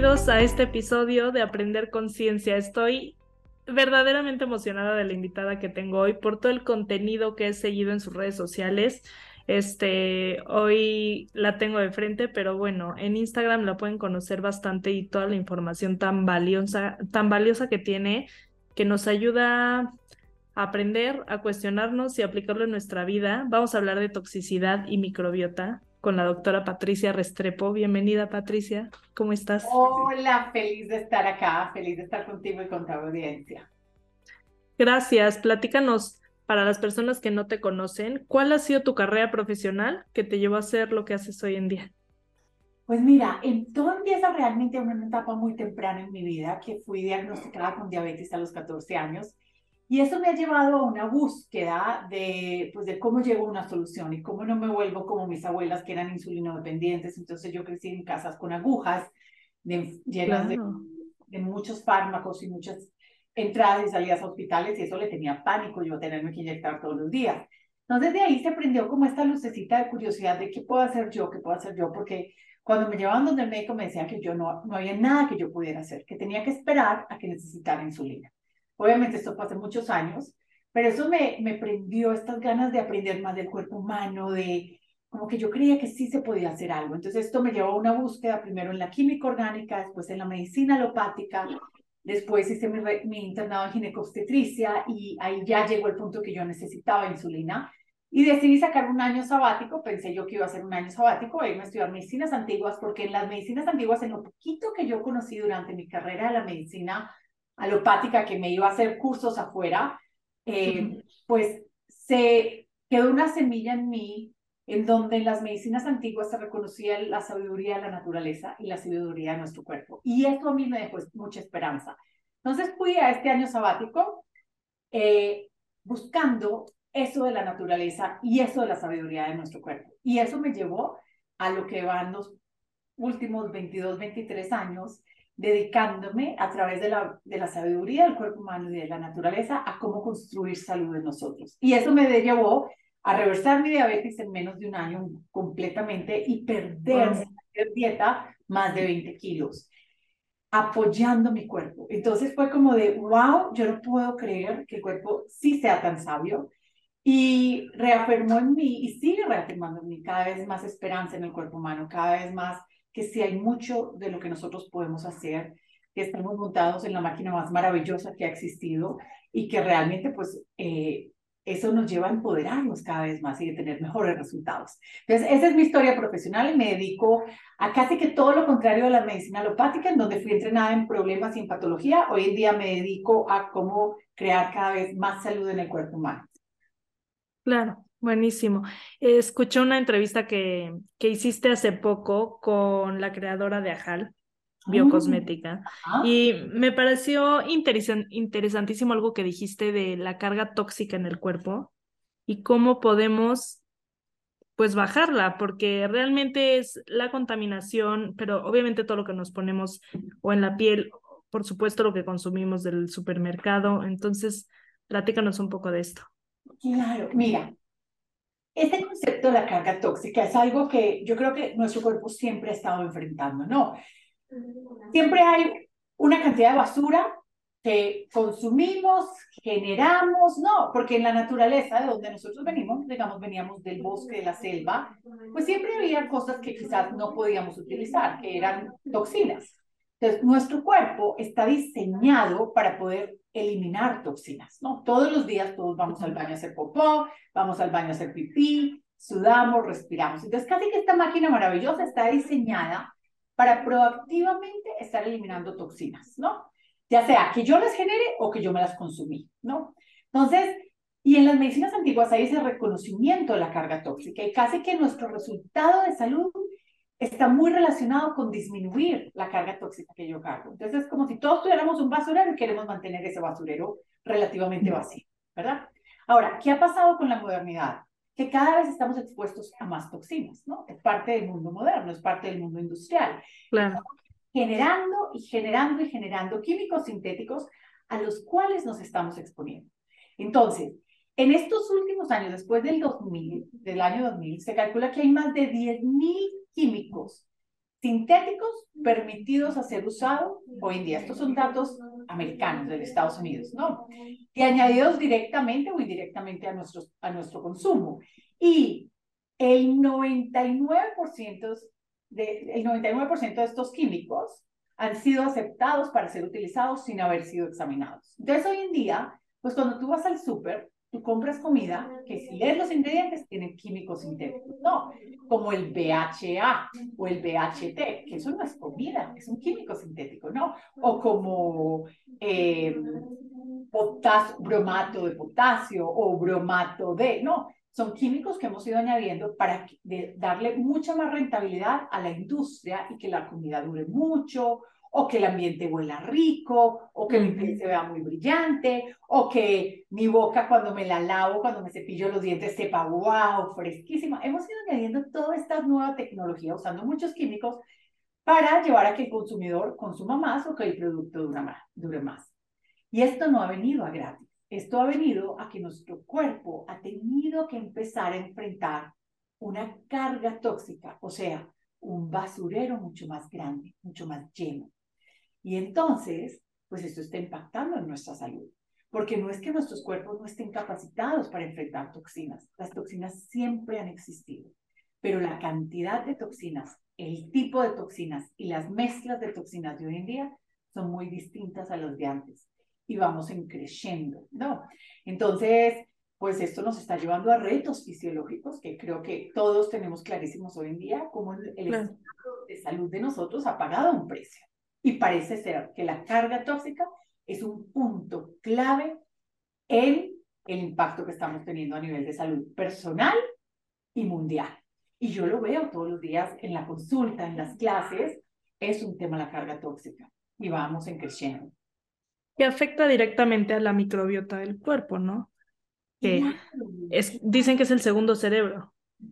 Bienvenidos a este episodio de Aprender Conciencia. Estoy verdaderamente emocionada de la invitada que tengo hoy por todo el contenido que he seguido en sus redes sociales. Hoy la tengo de frente, pero bueno, en Instagram la pueden conocer bastante y toda la información tan valiosa que tiene, que nos ayuda a aprender, a cuestionarnos y aplicarlo en nuestra vida. Vamos a hablar de toxicidad y microbiota con la doctora Patricia Restrepo. Bienvenida, Patricia. ¿Cómo estás? Hola, feliz de estar acá, feliz de estar contigo y con tu audiencia. Gracias. Platícanos, para las personas que no te conocen, ¿cuál ha sido tu carrera profesional que te llevó a hacer lo que haces hoy en día? Pues mira, todo empieza realmente en una etapa muy temprana en mi vida, que fui diagnosticada con diabetes a los 14 años, y eso me ha llevado a una búsqueda de cómo llego a una solución y cómo no me vuelvo como mis abuelas que eran insulinodependientes. Entonces yo crecí en casas con agujas llenas Claro. de muchos fármacos y muchas entradas y salidas a hospitales, y eso le tenía pánico yo tenerme que inyectar todos los días. Entonces de ahí se prendió como esta lucecita de curiosidad de qué puedo hacer yo, qué puedo hacer yo, porque cuando me llevaban donde el médico me decían que yo no había nada que yo pudiera hacer, que tenía que esperar a que necesitara insulina. Obviamente esto fue hace muchos años, pero eso me prendió estas ganas de aprender más del cuerpo humano, de como que yo creía que sí se podía hacer algo. Entonces esto me llevó a una búsqueda primero en la química orgánica, después en la medicina alopática, después hice mi internado en ginecobstetricia y ahí ya llegó el punto que yo necesitaba insulina. Y decidí sacar un año sabático, pensé yo que iba a ser un año sabático, e irme a estudiar medicinas antiguas, porque en las medicinas antiguas, en lo poquito que yo conocí durante mi carrera de la medicina alopática, que me iba a hacer cursos afuera, Ujú. pues se quedó una semilla en mí en donde en las medicinas antiguas se reconocía la sabiduría de la naturaleza y la sabiduría de nuestro cuerpo. Y esto a mí me dejó mucha esperanza. Entonces fui a este año sabático buscando eso de la naturaleza y eso de la sabiduría de nuestro cuerpo. Y eso me llevó a lo que van los últimos 22, 23 años dedicándome a través de la sabiduría del cuerpo humano y de la naturaleza a cómo construir salud en nosotros. Y eso me llevó a reversar mi diabetes en menos de un año completamente y perder, Wow. sin hacer dieta, más de 20 kilos apoyando mi cuerpo. Entonces fue como de, wow, yo no puedo creer que el cuerpo sí sea tan sabio, y reafirmó en mí y sigue reafirmando en mí cada vez más esperanza en el cuerpo humano, cada vez más que sí hay mucho de lo que nosotros podemos hacer, que estamos montados en la máquina más maravillosa que ha existido y que realmente eso nos lleva a empoderarnos cada vez más y de tener mejores resultados. Entonces, esa es mi historia profesional y me dedico a casi que todo lo contrario de la medicina alopática, en donde fui entrenada en problemas y en patología. Hoy en día me dedico a cómo crear cada vez más salud en el cuerpo humano. Claro, buenísimo. Escuché una entrevista que hiciste hace poco con la creadora de Ajal, Mm, biocosmética, ajá. y me pareció interesantísimo algo que dijiste de la carga tóxica en el cuerpo y cómo podemos pues bajarla, porque realmente es la contaminación, pero obviamente todo lo que nos ponemos o en la piel, por supuesto lo que consumimos del supermercado. Entonces, platícanos un poco de esto. Claro, mira, este concepto de la carga tóxica es algo que yo creo que nuestro cuerpo siempre ha estado enfrentando, ¿no? Siempre hay una cantidad de basura que consumimos, generamos, no, porque en la naturaleza de donde nosotros venimos, digamos, veníamos del bosque, de la selva, pues siempre había cosas que quizás no podíamos utilizar, que eran toxinas. Entonces, nuestro cuerpo está diseñado para poder eliminar toxinas, ¿no? Todos los días todos vamos al baño a hacer popó, vamos al baño a hacer pipí, sudamos, respiramos. Entonces, casi que esta máquina maravillosa está diseñada para proactivamente estar eliminando toxinas, ¿no? Ya sea que yo las genere o que yo me las consumí, ¿no? Entonces, y en las medicinas antiguas hay ese reconocimiento de la carga tóxica y casi que nuestro resultado de salud está muy relacionado con disminuir la carga tóxica que yo cargo. Entonces, es como si todos tuviéramos un basurero y queremos mantener ese basurero relativamente vacío, ¿verdad? Ahora, ¿qué ha pasado con la modernidad? Que cada vez estamos expuestos a más toxinas, ¿no? Es parte del mundo moderno, es parte del mundo industrial. Claro. Estamos generando y generando y generando químicos sintéticos a los cuales nos estamos exponiendo. Entonces, en estos últimos años, después del 2000, del año 2000, se calcula que hay más de 10.000 químicos sintéticos permitidos a ser usados hoy en día. Estos son datos americanos de los Estados Unidos, ¿no? Y añadidos directamente o indirectamente a nuestro consumo. Y el 99%, el 99% de estos químicos han sido aceptados para ser utilizados sin haber sido examinados. Entonces, hoy en día, pues cuando tú vas al súper, tú compras comida que si lees los ingredientes tienen químicos sintéticos, no, como el BHA o el BHT, que eso no es comida, es un químico sintético, ¿no? O como bromato de potasio o bromato de, no, son químicos que hemos ido añadiendo para darle mucha más rentabilidad a la industria y que la comida dure mucho, o que el ambiente huela rico, o que mi piel se vea muy brillante, o que mi boca cuando me la lavo, cuando me cepillo los dientes, sepa wow, fresquísima. Hemos ido añadiendo toda esta nueva tecnología usando muchos químicos para llevar a que el consumidor consuma más o que el producto dure más. Y esto no ha venido a gratis. Esto ha venido a que nuestro cuerpo ha tenido que empezar a enfrentar una carga tóxica, o sea, un basurero mucho más grande, mucho más lleno. Y entonces, pues esto está impactando en nuestra salud. Porque no es que nuestros cuerpos no estén capacitados para enfrentar toxinas. Las toxinas siempre han existido. Pero la cantidad de toxinas, el tipo de toxinas y las mezclas de toxinas de hoy en día son muy distintas a las de antes. Y vamos creciendo, ¿no? Entonces, pues esto nos está llevando a retos fisiológicos que creo que todos tenemos clarísimos hoy en día, como el estado de salud de nosotros ha pagado un precio. Y parece ser que la carga tóxica es un punto clave en el impacto que estamos teniendo a nivel de salud personal y mundial. Y yo lo veo todos los días en la consulta, en las clases, es un tema la carga tóxica y vamos creciendo. Que afecta directamente a la microbiota del cuerpo, ¿no? Que dicen que es el segundo cerebro,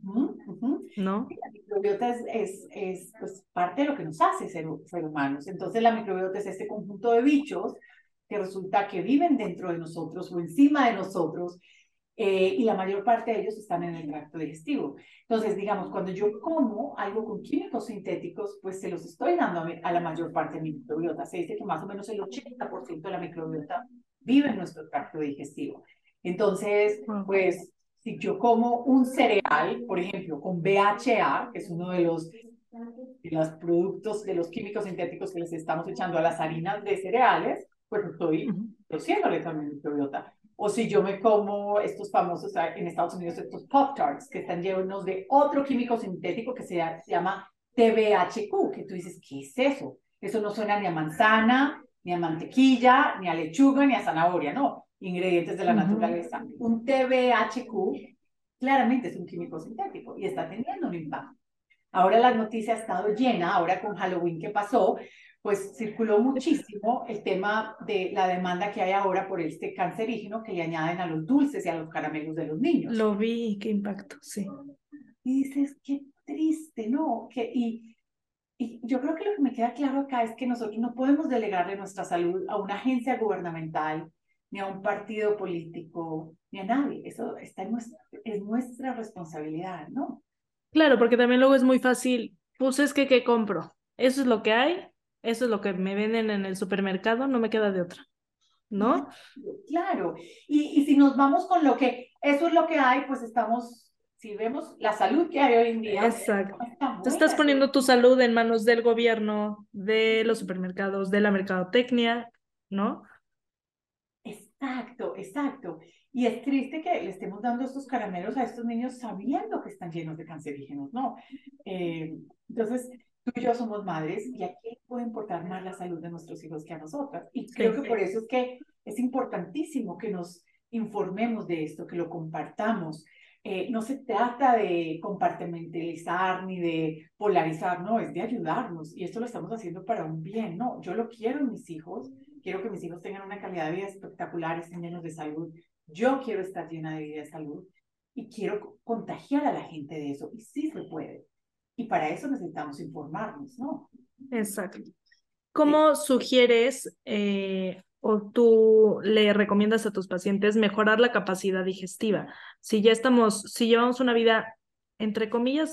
¿no? La microbiota pues, parte de lo que nos hace ser humanos. Entonces la microbiota es este conjunto de bichos que resulta que viven dentro de nosotros o encima de nosotros, y la mayor parte de ellos están en el tracto digestivo. Entonces, digamos, cuando yo como algo con químicos sintéticos, pues se los estoy dando a la mayor parte de mi microbiota. Se dice que más o menos el 80% de la microbiota vive en nuestro tracto digestivo. Entonces, pues, si yo como un cereal, por ejemplo, con BHA, que es uno de los productos, de los químicos sintéticos que les estamos echando a las harinas de cereales, pues estoy produciéndole también microbiota. O si yo me como estos famosos en Estados Unidos, estos Pop-Tarts, que están llenos de otro químico sintético que se llama TBHQ, que tú dices, ¿qué es eso? Eso no suena ni a manzana, ni a mantequilla, ni a lechuga, ni a zanahoria, no. Ingredientes de la naturaleza. Un TBHQ claramente es un químico sintético y está teniendo un impacto. Ahora la noticia ha estado llena, ahora con Halloween que pasó, pues circuló muchísimo el tema de la demanda que hay ahora por este cancerígeno que le añaden a los dulces y a los caramelos de los niños. Lo vi, qué impacto, sí. Y dices, qué triste, ¿no? Y yo creo que lo que me queda claro acá es que nosotros no podemos delegarle nuestra salud a una agencia gubernamental, ni a un partido político, ni a nadie. Eso está es nuestra responsabilidad, ¿no? Claro, porque también luego es muy fácil, pues es que ¿qué compro? Eso es lo que hay, eso es lo que me venden en el supermercado, no me queda de otra, ¿no? Claro, y si nos vamos con lo que eso es lo que hay, pues estamos, si vemos la salud que hay hoy en día, Exacto. no está Te estás buena. poniendo tu salud en manos del gobierno, de los supermercados, de la mercadotecnia, ¿no? Exacto, exacto. Y es triste que le estemos dando estos caramelos a estos niños sabiendo que están llenos de cancerígenos, ¿no? Entonces, tú y yo somos madres y a quién puede importar más la salud de nuestros hijos que a nosotras. Y creo que por eso es que es importantísimo que nos informemos de esto, que lo compartamos. No se trata de compartimentalizar ni de polarizar, no, es de ayudarnos. Y esto lo estamos haciendo para un bien, ¿no? Yo lo quiero en mis hijos. Quiero que mis hijos tengan una calidad de vida espectacular, estén llenos de salud. Yo quiero estar llena de vida de salud y quiero contagiar a la gente de eso. Y sí se puede. Y para eso necesitamos informarnos, ¿no? Exacto. ¿Cómo sugieres o tú le recomiendas a tus pacientes mejorar la capacidad digestiva? Si ya estamos, si llevamos una vida, entre comillas,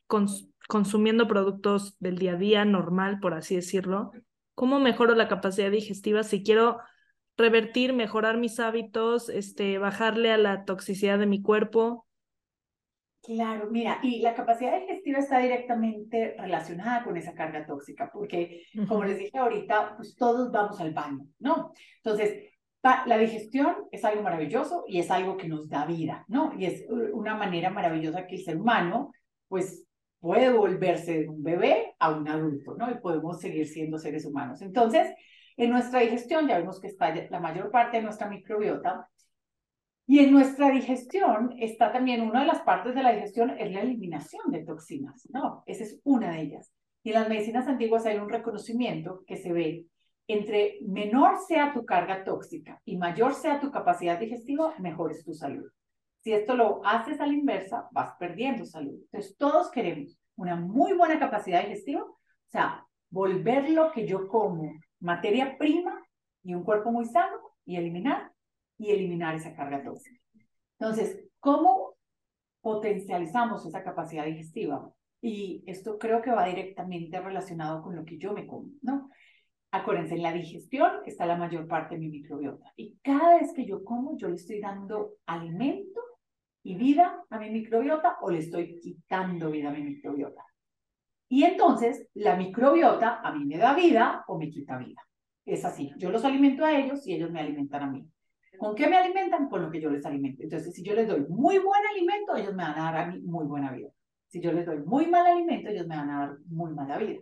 consumiendo productos del día a día normal, por así decirlo, ¿cómo mejoro la capacidad digestiva si quiero revertir, mejorar mis hábitos, bajarle a la toxicidad de mi cuerpo? Claro, mira, y la capacidad digestiva está directamente relacionada con esa carga tóxica, porque como les dije ahorita, pues todos vamos al baño, ¿no? Entonces, la digestión es algo maravilloso y es algo que nos da vida, ¿no? Y es una manera maravillosa que el ser humano, pues, puede volverse de un bebé a un adulto, ¿no? Y podemos seguir siendo seres humanos. Entonces, en nuestra digestión ya vemos que está la mayor parte de nuestra microbiota. Y en nuestra digestión está también una de las partes de la digestión es la eliminación de toxinas, ¿no? Esa es una de ellas. Y en las medicinas antiguas hay un reconocimiento que se ve entre menor sea tu carga tóxica y mayor sea tu capacidad digestiva, mejor es tu salud. Si esto lo haces a la inversa, vas perdiendo salud. Entonces, todos queremos una muy buena capacidad digestiva, o sea, volver lo que yo como materia prima y un cuerpo muy sano y eliminar esa carga tóxica. Entonces, ¿cómo potencializamos esa capacidad digestiva? Y esto creo que va directamente relacionado con lo que yo me como, ¿no? Acuérdense, en la digestión está la mayor parte de mi microbiota. Y cada vez que yo como, yo le estoy dando alimento y vida a mi microbiota o le estoy quitando vida a mi microbiota. Y entonces, la microbiota a mí me da vida o me quita vida. Es así. Yo los alimento a ellos y ellos me alimentan a mí. ¿Con qué me alimentan? Con lo que yo les alimento. Entonces, si yo les doy muy buen alimento, ellos me van a dar a mí muy buena vida. Si yo les doy muy mal alimento, ellos me van a dar muy mala vida.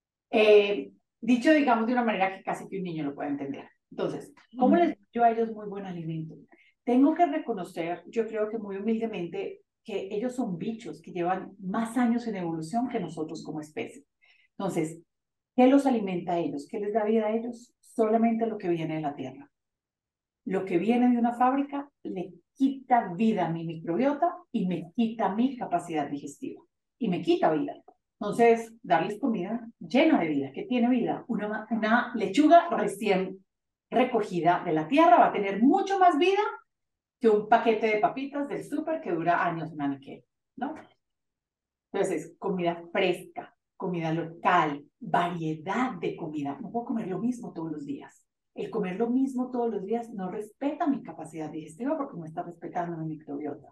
Dicho, digamos, de una manera que casi que un niño lo pueda entender. Entonces, ¿cómo les doy yo a ellos muy buen alimento? Tengo que reconocer, yo creo que muy humildemente, que ellos son bichos que llevan más años en evolución que nosotros como especie. Entonces, ¿qué los alimenta a ellos? ¿Qué les da vida a ellos? Solamente lo que viene de la tierra. Lo que viene de una fábrica le quita vida a mi microbiota y me quita mi capacidad digestiva. Y me quita vida. Entonces, darles comida llena de vida. ¿Qué tiene vida? Una lechuga recién recogida de la tierra va a tener mucho más vida que un paquete de papitas del súper que dura años en anaquel, ¿no? Entonces, comida fresca, comida local, variedad de comida. No puedo comer lo mismo todos los días. El comer lo mismo todos los días no respeta mi capacidad digestiva porque no está respetando mi microbiota.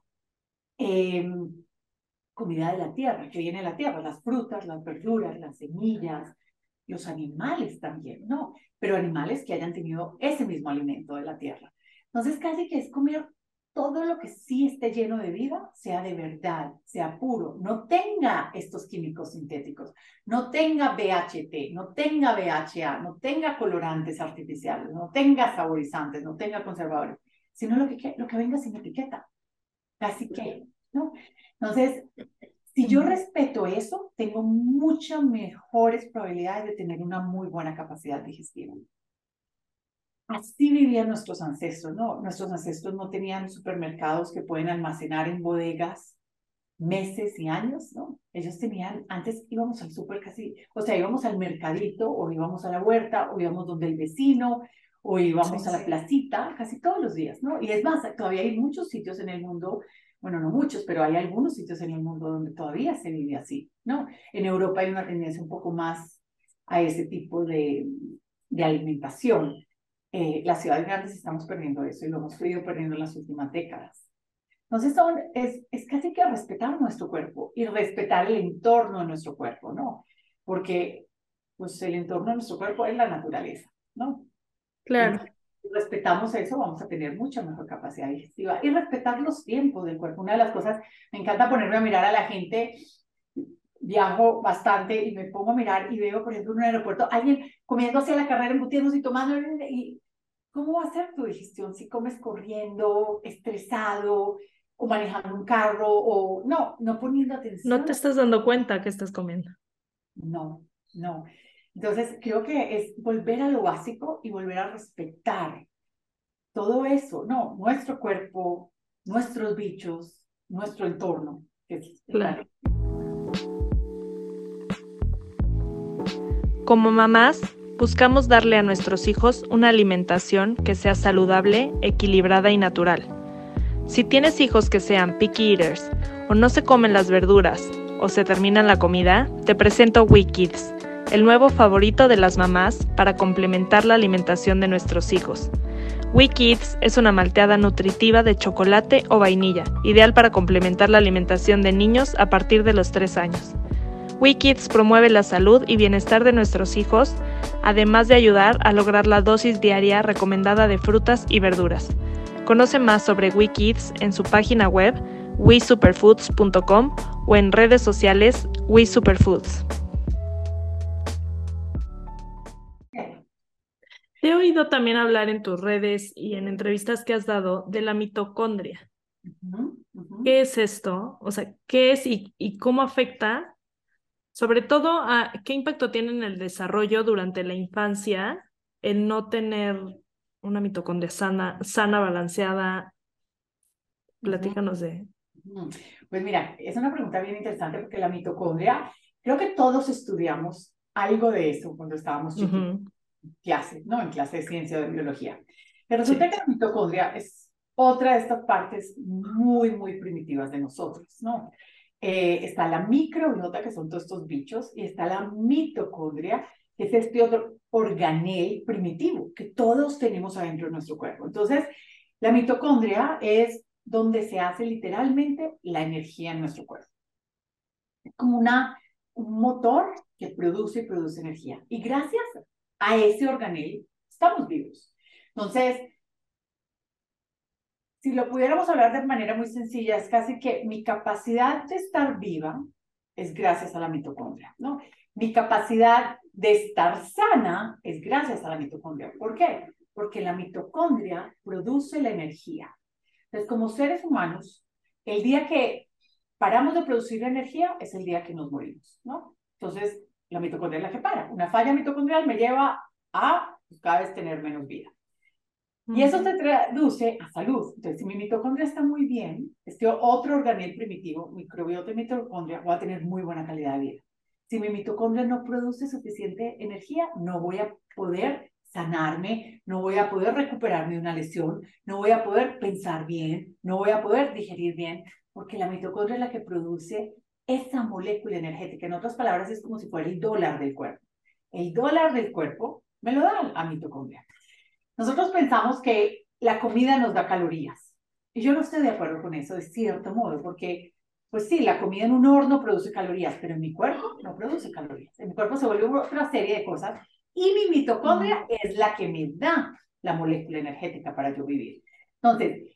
Comida de la tierra, que viene de la tierra, las frutas, las verduras, las semillas, los animales también, ¿no? Pero animales que hayan tenido ese mismo alimento de la tierra. Entonces, casi que es comer todo lo que sí esté lleno de vida, sea de verdad, sea puro, no tenga estos químicos sintéticos, no tenga BHT, no tenga BHA, no tenga colorantes artificiales, no tenga saborizantes, no tenga conservadores, sino lo que venga sin etiqueta. Casi que, ¿no? Entonces, si yo respeto eso, tengo muchas mejores probabilidades de tener una muy buena capacidad digestiva. Así vivían nuestros ancestros, ¿no? Nuestros ancestros no tenían supermercados que pueden almacenar en bodegas meses y años, ¿no? Ellos tenían, antes íbamos al súper casi, o sea, íbamos al mercadito, o íbamos a la huerta, o íbamos donde el vecino, o íbamos a la placita, casi todos los días, ¿no? Y es más, todavía hay muchos sitios en el mundo, bueno, no muchos, pero hay algunos sitios en el mundo donde todavía se vive así, ¿no? En Europa hay una tendencia un poco más a ese tipo de alimentación. Las ciudades grandes estamos perdiendo eso y lo hemos ido perdiendo en las últimas décadas. Entonces, es casi que respetar nuestro cuerpo y respetar el entorno de nuestro cuerpo, ¿no? Porque, pues, el entorno de nuestro cuerpo es la naturaleza, ¿no? Claro. Si respetamos eso, vamos a tener mucha mejor capacidad digestiva y respetar los tiempos del cuerpo. Una de las cosas, me encanta ponerme a mirar a la gente, viajo bastante y me pongo a mirar y veo, por ejemplo, en un aeropuerto, alguien comiendo hacia la carrera, embutiéndose y tomando, y ¿cómo va a ser tu digestión si comes corriendo, estresado, o manejando un carro, o no poniendo atención? No te estás dando cuenta que estás comiendo. No. Entonces, creo que es volver a lo básico y volver a respetar todo eso, ¿no? Nuestro cuerpo, nuestros bichos, nuestro entorno. Claro. Como mamás, buscamos darle a nuestros hijos una alimentación que sea saludable, equilibrada y natural. Si tienes hijos que sean picky eaters o no se comen las verduras o se termina la comida, te presento WeKids, el nuevo favorito de las mamás para complementar la alimentación de nuestros hijos. WeKids es una malteada nutritiva de chocolate o vainilla, ideal para complementar la alimentación de niños a partir de los 3 años. WeKids promueve la salud y bienestar de nuestros hijos, además de ayudar a lograr la dosis diaria recomendada de frutas y verduras. Conoce más sobre WeKids en su página web wesuperfoods.com o en redes sociales WeSuperfoods. Te he oído también hablar en tus redes y en entrevistas que has dado de la mitocondria. ¿Qué es esto? O sea, ¿qué es y cómo afecta? Sobre todo, ¿qué impacto tiene en el desarrollo durante la infancia el no tener una mitocondria sana, balanceada? Platícanos de... Pues mira, es una pregunta bien interesante porque la mitocondria, creo que todos estudiamos algo de eso cuando estábamos chiquitos, clase, ¿no? En clase de ciencia o de biología. Pero resulta que la mitocondria es otra de estas partes muy, muy primitivas de nosotros, ¿no? Está la microbiota, que son todos estos bichos, y está la mitocondria, que es este otro organel primitivo que todos tenemos adentro de nuestro cuerpo. Entonces, la mitocondria es donde se hace literalmente la energía en nuestro cuerpo. Es como un motor que produce y produce energía. Y gracias a ese organel estamos vivos. Entonces, si lo pudiéramos hablar de manera muy sencilla, es casi que mi capacidad de estar viva es gracias a la mitocondria, ¿no? Mi capacidad de estar sana es gracias a la mitocondria. ¿Por qué? Porque la mitocondria produce la energía. Entonces, como seres humanos, el día que paramos de producir energía es el día que nos morimos, ¿no? Entonces, la mitocondria es la que para. Una falla mitocondrial me lleva a cada vez tener menos vida. Y eso se traduce a salud. Entonces, si mi mitocondria está muy bien, este otro organel primitivo, microbiota y mitocondria, voy a tener muy buena calidad de vida. Si mi mitocondria no produce suficiente energía, no voy a poder sanarme, no voy a poder recuperarme de una lesión, no voy a poder pensar bien, no voy a poder digerir bien, porque la mitocondria es la que produce esa molécula energética. En otras palabras, es como si fuera el dólar del cuerpo. El dólar del cuerpo me lo da la mitocondria. Nosotros pensamos que la comida nos da calorías. Y yo no estoy de acuerdo con eso, de cierto modo, porque, pues sí, la comida en un horno produce calorías, pero en mi cuerpo no produce calorías. En mi cuerpo se vuelve otra serie de cosas y mi mitocondria es la que me da la molécula energética para yo vivir. Entonces,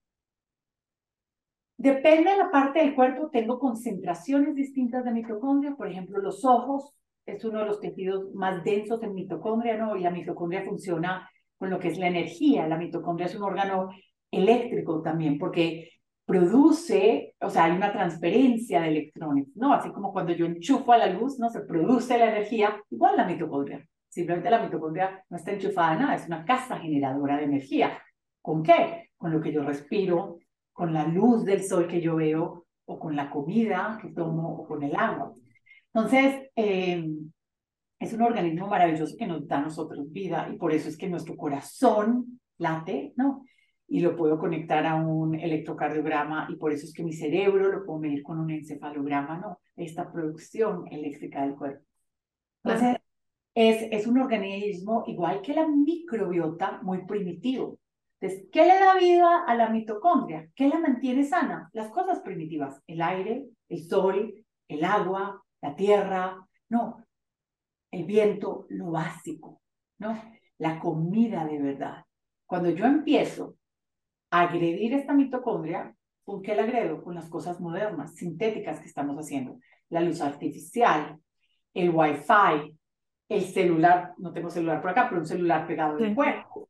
depende de la parte del cuerpo, tengo concentraciones distintas de mitocondria. Por ejemplo, los ojos es uno de los tejidos más densos en mitocondria, ¿no? Y la mitocondria funciona con lo que es la energía. La mitocondria es un órgano eléctrico también, porque produce, o sea, hay una transferencia de electrones, ¿no? Así como cuando yo enchufo a la luz, ¿no? Se produce la energía, igual la mitocondria. Simplemente la mitocondria no está enchufada a nada, es una casa generadora de energía. ¿Con qué? Con lo que yo respiro, con la luz del sol que yo veo, o con la comida que tomo, o con el agua. Entonces, es un organismo maravilloso que nos da a nosotros vida y por eso es que nuestro corazón late, ¿no? Y lo puedo conectar a un electrocardiograma y por eso es que mi cerebro lo puedo medir con un encefalograma, ¿no? Esta producción eléctrica del cuerpo. Entonces, es un organismo igual que la microbiota, muy primitivo. Entonces, ¿qué le da vida a la mitocondria? ¿Qué la mantiene sana? Las cosas primitivas, el aire, el sol, el agua, la tierra, no, el viento, lo básico, ¿no? La comida de verdad. Cuando yo empiezo a agredir esta mitocondria, ¿con qué la agredo? Con las cosas modernas, sintéticas que estamos haciendo. La luz artificial, el wifi, el celular, no tengo celular por acá, pero un celular pegado al cuerpo.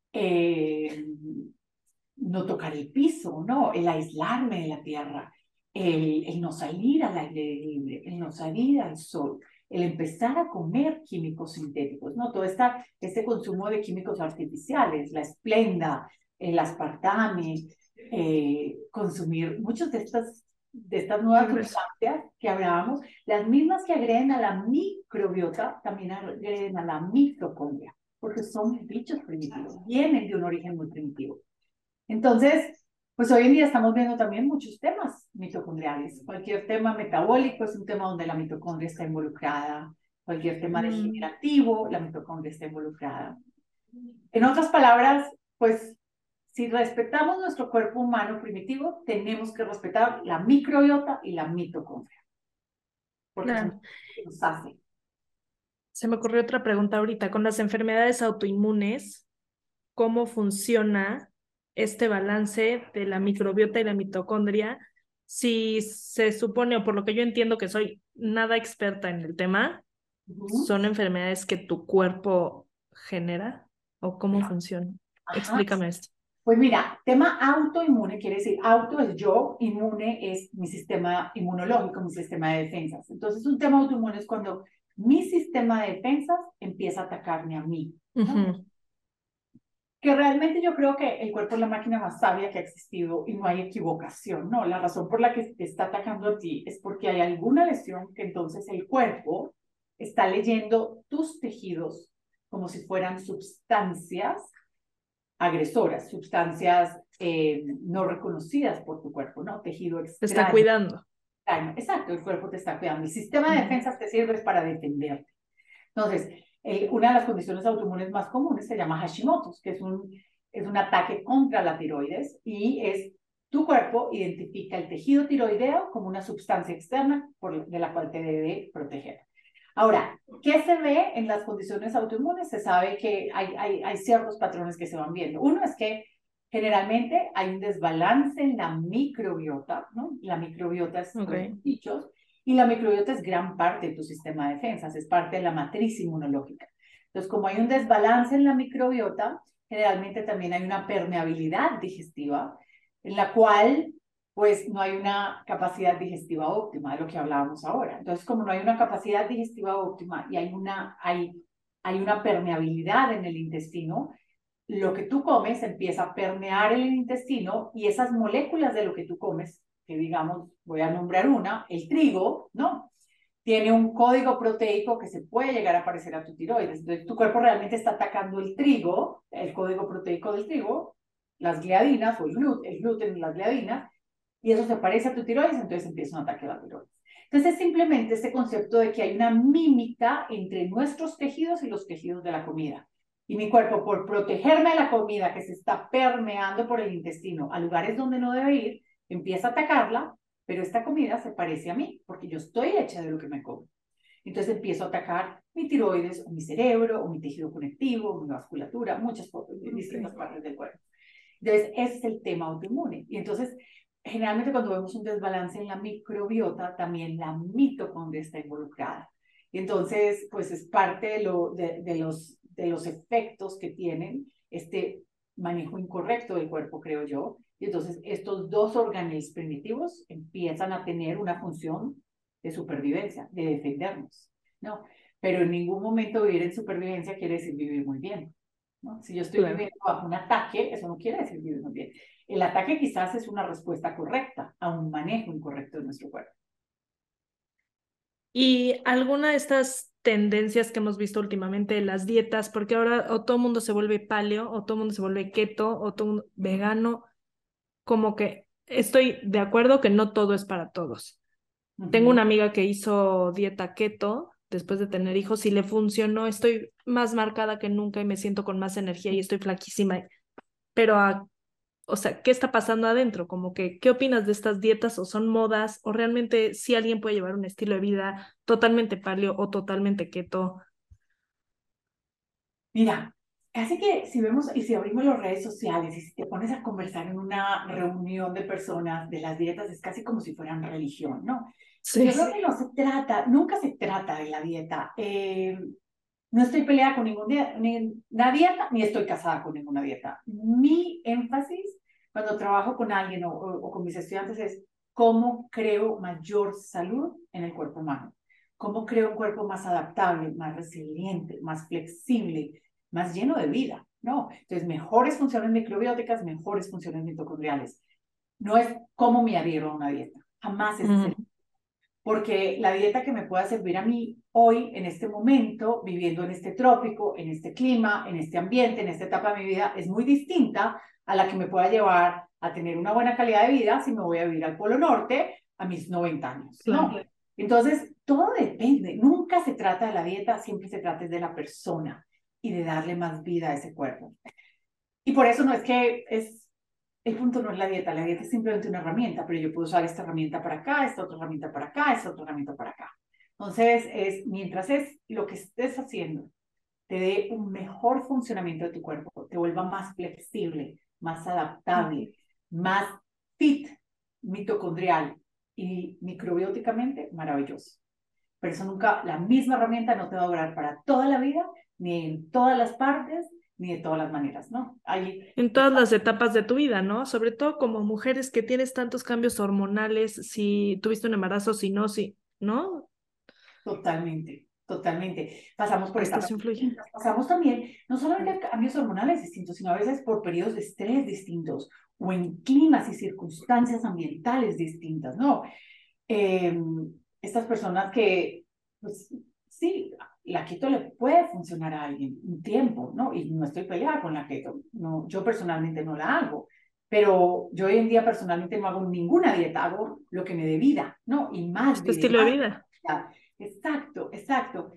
No tocar el piso, ¿no? El aislarme de la tierra, el no salir al aire libre, el no salir al sol, el empezar a comer químicos sintéticos, ¿no? Todo este consumo de químicos artificiales, la esplenda, el aspartame, consumir muchas de estas nuevas sustancias que hablábamos, las mismas que agreden a la microbiota, también agreden a la mitocondria, porque son bichos primitivos, vienen de un origen muy primitivo. Entonces, pues hoy en día estamos viendo también muchos temas mitocondriales. Cualquier tema metabólico es un tema donde la mitocondria está involucrada. Cualquier tema degenerativo, la mitocondria está involucrada. En otras palabras, pues, si respetamos nuestro cuerpo humano primitivo, tenemos que respetar la microbiota y la mitocondria. Porque son Claro. lo que nos hacen. Se me ocurrió otra pregunta ahorita. Con las enfermedades autoinmunes, ¿cómo funciona este balance de la microbiota y la mitocondria? Si se supone, o por lo que yo entiendo que soy nada experta en el tema, ¿son enfermedades que tu cuerpo genera? ¿O cómo funciona? Ajá. Explícame esto. Pues mira, tema autoinmune quiere decir, auto es yo, inmune es mi sistema inmunológico, mi sistema de defensas. Entonces, un tema autoinmune es cuando mi sistema de defensas empieza a atacarme a mí, ¿no? Que realmente yo creo que el cuerpo es la máquina más sabia que ha existido y no hay equivocación, ¿no? La razón por la que te está atacando a ti es porque hay alguna lesión que entonces el cuerpo está leyendo tus tejidos como si fueran sustancias agresoras, sustancias no reconocidas por tu cuerpo, ¿no? Tejido Te está extraño. cuidando. Exacto, el cuerpo te está cuidando. El sistema de defensas te sirve para defenderte. Entonces, una de las condiciones autoinmunes más comunes se llama Hashimoto's, que es un ataque contra la tiroides y es tu cuerpo identifica el tejido tiroideo como una sustancia externa de la cual te debe proteger. Ahora, ¿qué se ve en las condiciones autoinmunes? Se sabe que hay ciertos patrones que se van viendo. Uno es que generalmente hay un desbalance en la microbiota, ¿no? La microbiota es los bichos, y la microbiota es gran parte de tu sistema de defensas, es parte de la matriz inmunológica. Entonces, como hay un desbalance en la microbiota, generalmente también hay una permeabilidad digestiva, en la cual pues no hay una capacidad digestiva óptima, de lo que hablábamos ahora. Entonces, como no hay una capacidad digestiva óptima y hay una permeabilidad en el intestino, lo que tú comes empieza a permear el intestino y esas moléculas de lo que tú comes, que digamos, voy a nombrar una, el trigo, ¿no? Tiene un código proteico que se puede llegar a aparecer a tu tiroides. Entonces, tu cuerpo realmente está atacando el trigo, el código proteico del trigo, las gliadinas o el gluten y las gliadinas, y eso se parece a tu tiroides, entonces empieza un ataque a la tiroides. Entonces, es simplemente este concepto de que hay una mímica entre nuestros tejidos y los tejidos de la comida. Y mi cuerpo, por protegerme de la comida que se está permeando por el intestino a lugares donde no debe ir, empieza a atacarla, pero esta comida se parece a mí, porque yo estoy hecha de lo que me como. Entonces empiezo a atacar mi tiroides, o mi cerebro, o mi tejido conectivo, mi vasculatura, muchas distintas partes del cuerpo. Entonces, ese es el tema autoinmune. Y entonces, generalmente cuando vemos un desbalance en la microbiota, también la mitocondria está involucrada. Y entonces, pues es parte de los efectos que tienen este manejo incorrecto del cuerpo, creo yo. Y entonces, estos dos órganos primitivos empiezan a tener una función de supervivencia, de defendernos, ¿no? Pero en ningún momento vivir en supervivencia quiere decir vivir muy bien, ¿no? Si yo estoy viviendo bajo un ataque, eso no quiere decir vivir muy bien. El ataque quizás es una respuesta correcta a un manejo incorrecto de nuestro cuerpo. Y alguna de estas tendencias que hemos visto últimamente de las dietas, porque ahora o todo el mundo se vuelve paleo, o todo el mundo se vuelve keto, o todo mundo vegano, como que estoy de acuerdo que no todo es para todos. Tengo una amiga que hizo dieta keto después de tener hijos y le funcionó, estoy más marcada que nunca y me siento con más energía y estoy flaquísima, pero o sea, ¿qué está pasando adentro? Como que, ¿qué opinas de estas dietas o son modas o realmente si alguien puede llevar un estilo de vida totalmente paleo o totalmente keto? Mira, casi que si vemos y si abrimos las redes sociales y si te pones a conversar en una reunión de personas de las dietas, es casi como si fueran religión, ¿no? Sí. Yo creo que no se trata, nunca se trata de la dieta. No estoy peleada con ninguna dieta, ni estoy casada con ninguna dieta. Mi énfasis cuando trabajo con alguien o con mis estudiantes es cómo creo mayor salud en el cuerpo humano. Cómo creo un cuerpo más adaptable, más resiliente, más flexible, más lleno de vida, ¿no? Entonces, mejores funciones microbióticas, mejores funciones mitocondriales. No es cómo me adhiero a una dieta. Jamás es el porque la dieta que me pueda servir a mí hoy, en este momento, viviendo en este trópico, en este clima, en este ambiente, en esta etapa de mi vida, es muy distinta a la que me pueda llevar a tener una buena calidad de vida si me voy a vivir al Polo Norte a mis 90 años, ¿no? Claro. Entonces, todo depende. Nunca se trata de la dieta, siempre se trata de la persona y de darle más vida a ese cuerpo. Y por eso no es que el punto no es la dieta es simplemente una herramienta, pero yo puedo usar esta herramienta para acá, esta otra herramienta para acá, esta otra herramienta para acá. Entonces, mientras es lo que estés haciendo te dé un mejor funcionamiento de tu cuerpo, te vuelva más flexible, más adaptable, más fit mitocondrial y microbióticamente, maravilloso. Pero eso nunca, la misma herramienta no te va a durar para toda la vida, ni en todas las partes, ni de todas las maneras, ¿no? Ahí En todas las etapas de tu vida, ¿no? Sobre todo como mujeres que tienes tantos cambios hormonales, si tuviste un embarazo, si no, si, ¿no? totalmente, totalmente. Pasamos por Hasta etapas eso influye. distintas. Pasamos también, no solamente cambios hormonales distintos, sino a veces por periodos de estrés distintos o en climas y circunstancias ambientales distintas, ¿no? Eh, Estas personas que, pues sí, la keto le puede funcionar a alguien un tiempo, ¿no? Y no estoy peleada con la keto. No, yo personalmente no la hago. Pero yo hoy en día personalmente no hago ninguna dieta, hago lo que me dé vida, ¿no? Y más Este vida y estilo de más vida. vida. Exacto, exacto.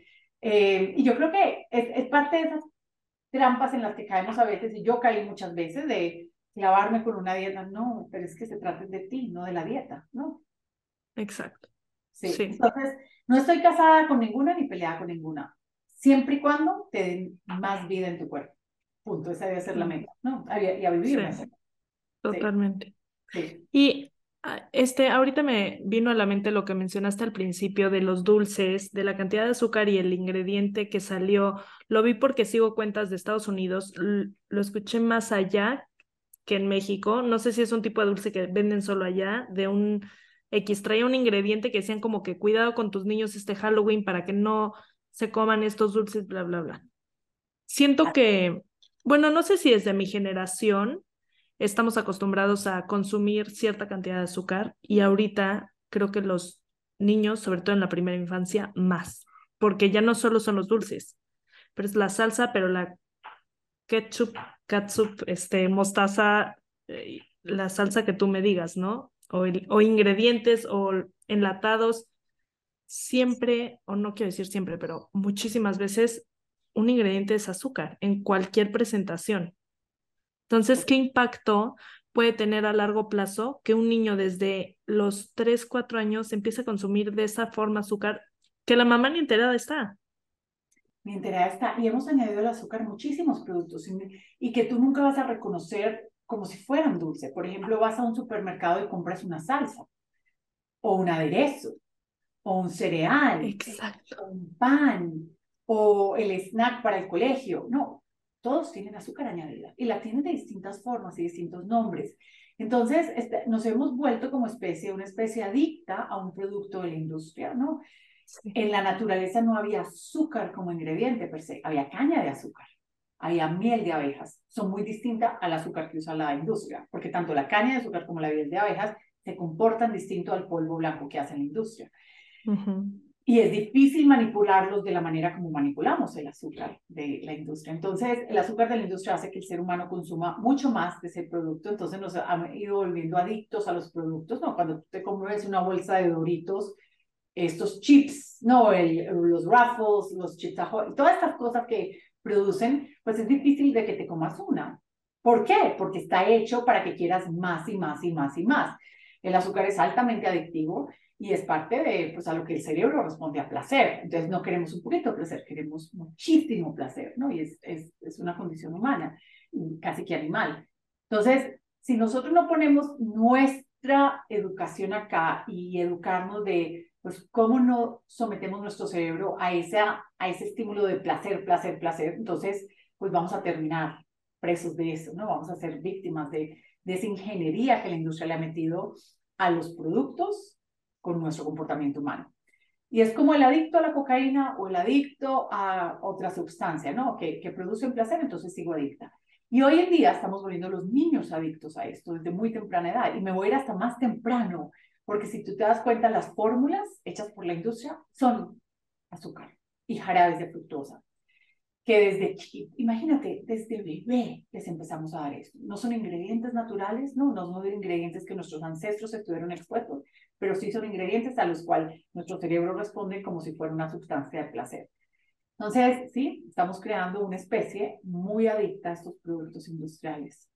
Y yo creo que es parte de esas trampas en las que caemos a veces, y yo caí muchas veces de clavarme con una dieta. No, pero es que se trata de ti, no de la dieta, ¿no? Exacto. Sí, Sí. entonces no estoy casada con ninguna ni peleada con ninguna, siempre y cuando te den más vida en tu cuerpo. Punto, esa debe ser la Mm, meta, ¿no? Y a vivir sí, mejor. Sí, totalmente. sí. Y ahorita me vino a la mente lo que mencionaste al principio de los dulces, de la cantidad de azúcar y el ingrediente que salió. Lo vi porque sigo cuentas de Estados Unidos, lo escuché más allá que en México. No sé si es un tipo de dulce que venden solo allá, de un X, traía un ingrediente que decían como que cuidado con tus niños este Halloween para que no se coman estos dulces, bla, bla, bla. Siento que, bueno, no sé si desde mi generación estamos acostumbrados a consumir cierta cantidad de azúcar y ahorita creo que los niños, sobre todo en la primera infancia, más, porque ya no solo son los dulces, pero es la salsa, pero la ketchup, catsup, mostaza, la salsa que tú me digas, ¿no? O ingredientes o enlatados, siempre, o no quiero decir siempre, pero muchísimas veces un ingrediente es azúcar en cualquier presentación. Entonces, ¿qué impacto puede tener a largo plazo que un niño desde los 3 4 años empiece a consumir de esa forma azúcar que la mamá ni enterada está? Mi enterada está, y hemos añadido el azúcar a muchísimos productos y que tú nunca vas a reconocer como si fueran dulce. Por ejemplo, vas a un supermercado y compras una salsa o un aderezo o un cereal, Exacto. o un pan, o el snack para el colegio. No, todos tienen azúcar añadida y la tienen de distintas formas y distintos nombres. Entonces, nos hemos vuelto como especie, una especie adicta a un producto de la industria, ¿no? Sí. En la naturaleza no había azúcar como ingrediente per se, había caña de azúcar, había miel de abejas. Son muy distintas al azúcar que usa la industria, porque tanto la caña de azúcar como la miel de abejas se comportan distinto al polvo blanco que hace la industria. Ujú. Y es difícil manipularlos de la manera como manipulamos el azúcar de la industria. Entonces, el azúcar de la industria hace que el ser humano consuma mucho más de ese producto. Entonces, nos han ido volviendo adictos a los productos, ¿no? Cuando tú te comes una bolsa de Doritos, estos chips, ¿no? Los Ruffles, los Chips Ahoy, todas estas cosas que producen, pues es difícil de que te comas una. ¿Por qué? Porque está hecho para que quieras más y más y más y más. El azúcar es altamente adictivo y es parte de, pues, a lo que el cerebro responde a placer. Entonces no queremos un poquito de placer, queremos muchísimo placer, ¿no? Y es una condición humana, casi que animal. Entonces, si nosotros no ponemos nuestra educación acá y educarnos de, pues, cómo no sometemos nuestro cerebro a ese estímulo de placer, placer, placer, entonces, pues vamos a terminar presos de eso, ¿no? Vamos a ser víctimas de esa ingeniería que la industria le ha metido a los productos con nuestro comportamiento humano. Y es como el adicto a la cocaína o el adicto a otra sustancia, ¿no? Que produce un placer, entonces sigo adicta. Y hoy en día estamos volviendo los niños adictos a esto desde muy temprana edad. Y me voy a ir hasta más temprano, porque si tú te das cuenta, las fórmulas hechas por la industria son azúcar y jarabes de fructosa. que desde chiquito, imagínate, desde bebé les empezamos a dar esto. No son ingredientes naturales, no son ingredientes que nuestros ancestros estuvieron expuestos, pero sí son ingredientes a los cuales nuestro cerebro responde como si fuera una sustancia de placer. Entonces, sí, estamos creando una especie muy adicta a estos productos industriales.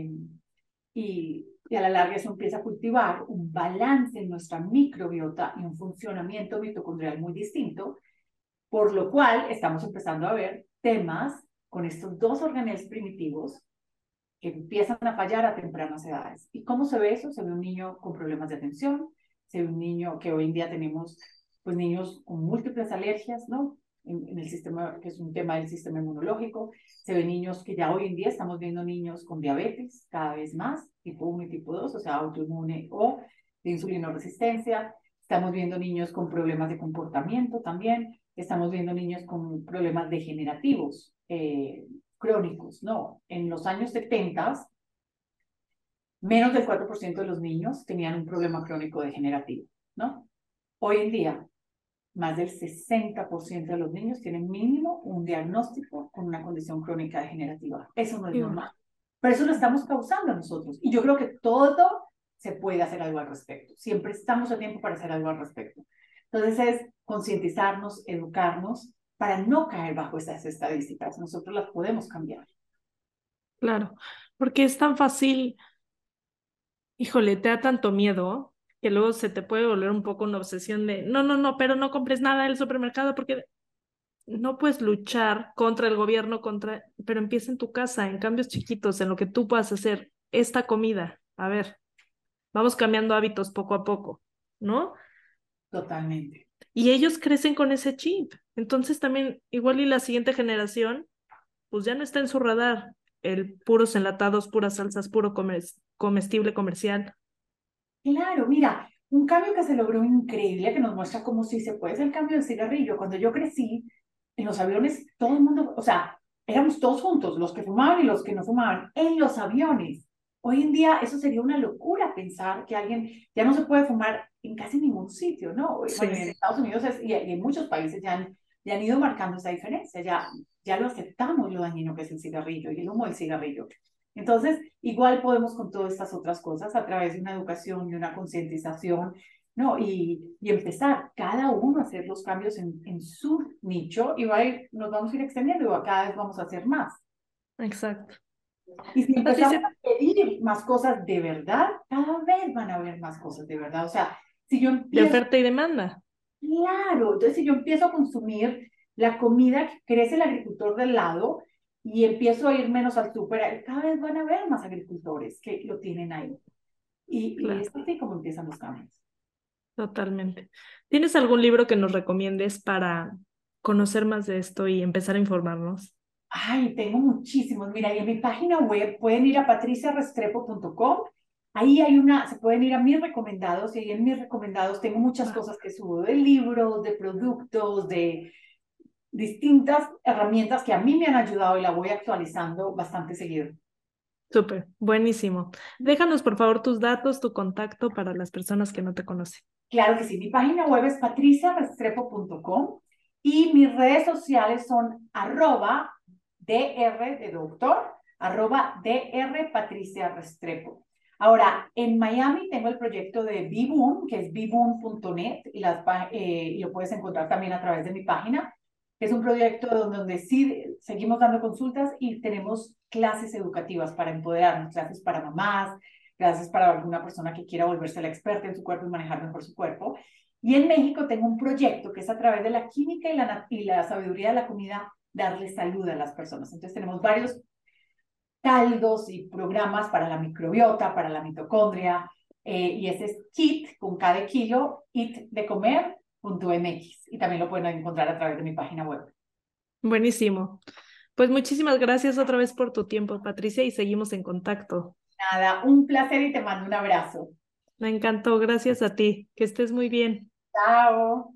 Y a la larga eso empieza a cultivar un balance en nuestra microbiota y un funcionamiento mitocondrial muy distinto, por lo cual estamos empezando a ver temas con estos dos organelos primitivos que empiezan a fallar a tempranas edades. ¿Y cómo se ve eso? Se ve un niño con problemas de atención, se ve un niño que hoy en día tenemos, pues niños con múltiples alergias, ¿no? En el sistema, que es un tema del sistema inmunológico, se ven niños que ya hoy en día estamos viendo niños con diabetes cada vez más, tipo 1 y tipo 2, o sea, autoinmune o de insulinoresistencia, estamos viendo niños con problemas de comportamiento también, estamos viendo niños con problemas degenerativos, crónicos, ¿no? En los años 70, menos del 4% de los niños tenían un problema crónico degenerativo, ¿no? Hoy en día, más del 60% de los niños tienen mínimo un diagnóstico con una condición crónica degenerativa. Eso no es normal. Pero eso lo estamos causando nosotros. Y yo creo que todo se puede hacer algo al respecto. Siempre estamos a tiempo para hacer algo al respecto. Entonces es concientizarnos, educarnos para no caer bajo esas estadísticas. Nosotros las podemos cambiar. Claro, porque es tan fácil, híjole, te da tanto miedo que luego se te puede volver un poco una obsesión de, no, pero no compres nada del supermercado porque no puedes luchar contra el gobierno, pero empieza en tu casa, en cambios chiquitos, en lo que tú puedas hacer. Esta comida, a ver, vamos cambiando hábitos poco a poco, ¿no? Totalmente. Y ellos crecen con ese chip. Entonces también, igual y la siguiente generación, pues ya no está en su radar el puros enlatados, puras salsas, puro comestible comercial. Claro, mira, un cambio que se logró increíble, que nos muestra cómo sí se puede, es el cambio del cigarrillo. Cuando yo crecí, en los aviones, todo el mundo, o sea, éramos todos juntos, los que fumaban y los que no fumaban, en los aviones. Hoy en día eso sería una locura pensar que alguien ya no se puede fumar en casi ningún sitio, ¿no? Bueno, Sí, en Estados Unidos y en muchos países ya han ido marcando esa diferencia, ya lo aceptamos lo dañino que es el cigarrillo y el humo del cigarrillo. Entonces, igual podemos con todas estas otras cosas a través de una educación, de una concientización, ¿no? Y empezar cada uno a hacer los cambios en su nicho y nos vamos a ir extendiendo y cada vez vamos a hacer más. exacto. Y si empezamos Patricia, a pedir más cosas de verdad, cada vez van a haber más cosas de verdad. O sea, si yo de empiezo, oferta y demanda. claro, entonces si yo empiezo a consumir la comida que crece el agricultor del lado y empiezo a ir menos al súper, cada vez van a haber más agricultores que lo tienen ahí. Y es Claro, así como empiezan los cambios. totalmente. ¿Tienes algún libro que nos recomiendes para conocer más de esto y empezar a informarnos? Ay, tengo muchísimos. Mira, y en mi página web pueden ir a patriciarestrepo.com. Ahí se pueden ir a mis recomendados y ahí en mis recomendados tengo muchas Va, cosas que subo de libros, de productos, de distintas herramientas que a mí me han ayudado y la voy actualizando bastante seguido. súper, buenísimo. Déjanos por favor tus datos, tu contacto para las personas que no te conocen. Claro que sí, mi página web es patriciarestrepo.com y mis redes sociales son @dr de doctor, @drpatriciarestrepo. Ahora, en Miami tengo el proyecto de Bboom, que es bboom.net y lo puedes encontrar también a través de mi página, que es un proyecto donde sí seguimos dando consultas y tenemos clases educativas para empoderarnos, clases para mamás, gracias para alguna persona que quiera volverse la experta en su cuerpo y manejar mejor su cuerpo. Y en México tengo un proyecto que es a través de la química y la sabiduría de la comida, darle salud a las personas. Entonces tenemos varios caldos y programas para la microbiota, para la mitocondria, y ese es KIT, con K de kilo, itdecomer.mx. Y también lo pueden encontrar a través de mi página web. Buenísimo. Pues muchísimas gracias otra vez por tu tiempo, Patricia, y seguimos en contacto. Nada, un placer y te mando un abrazo. Me encantó, gracias a ti. Que estés muy bien. Chao.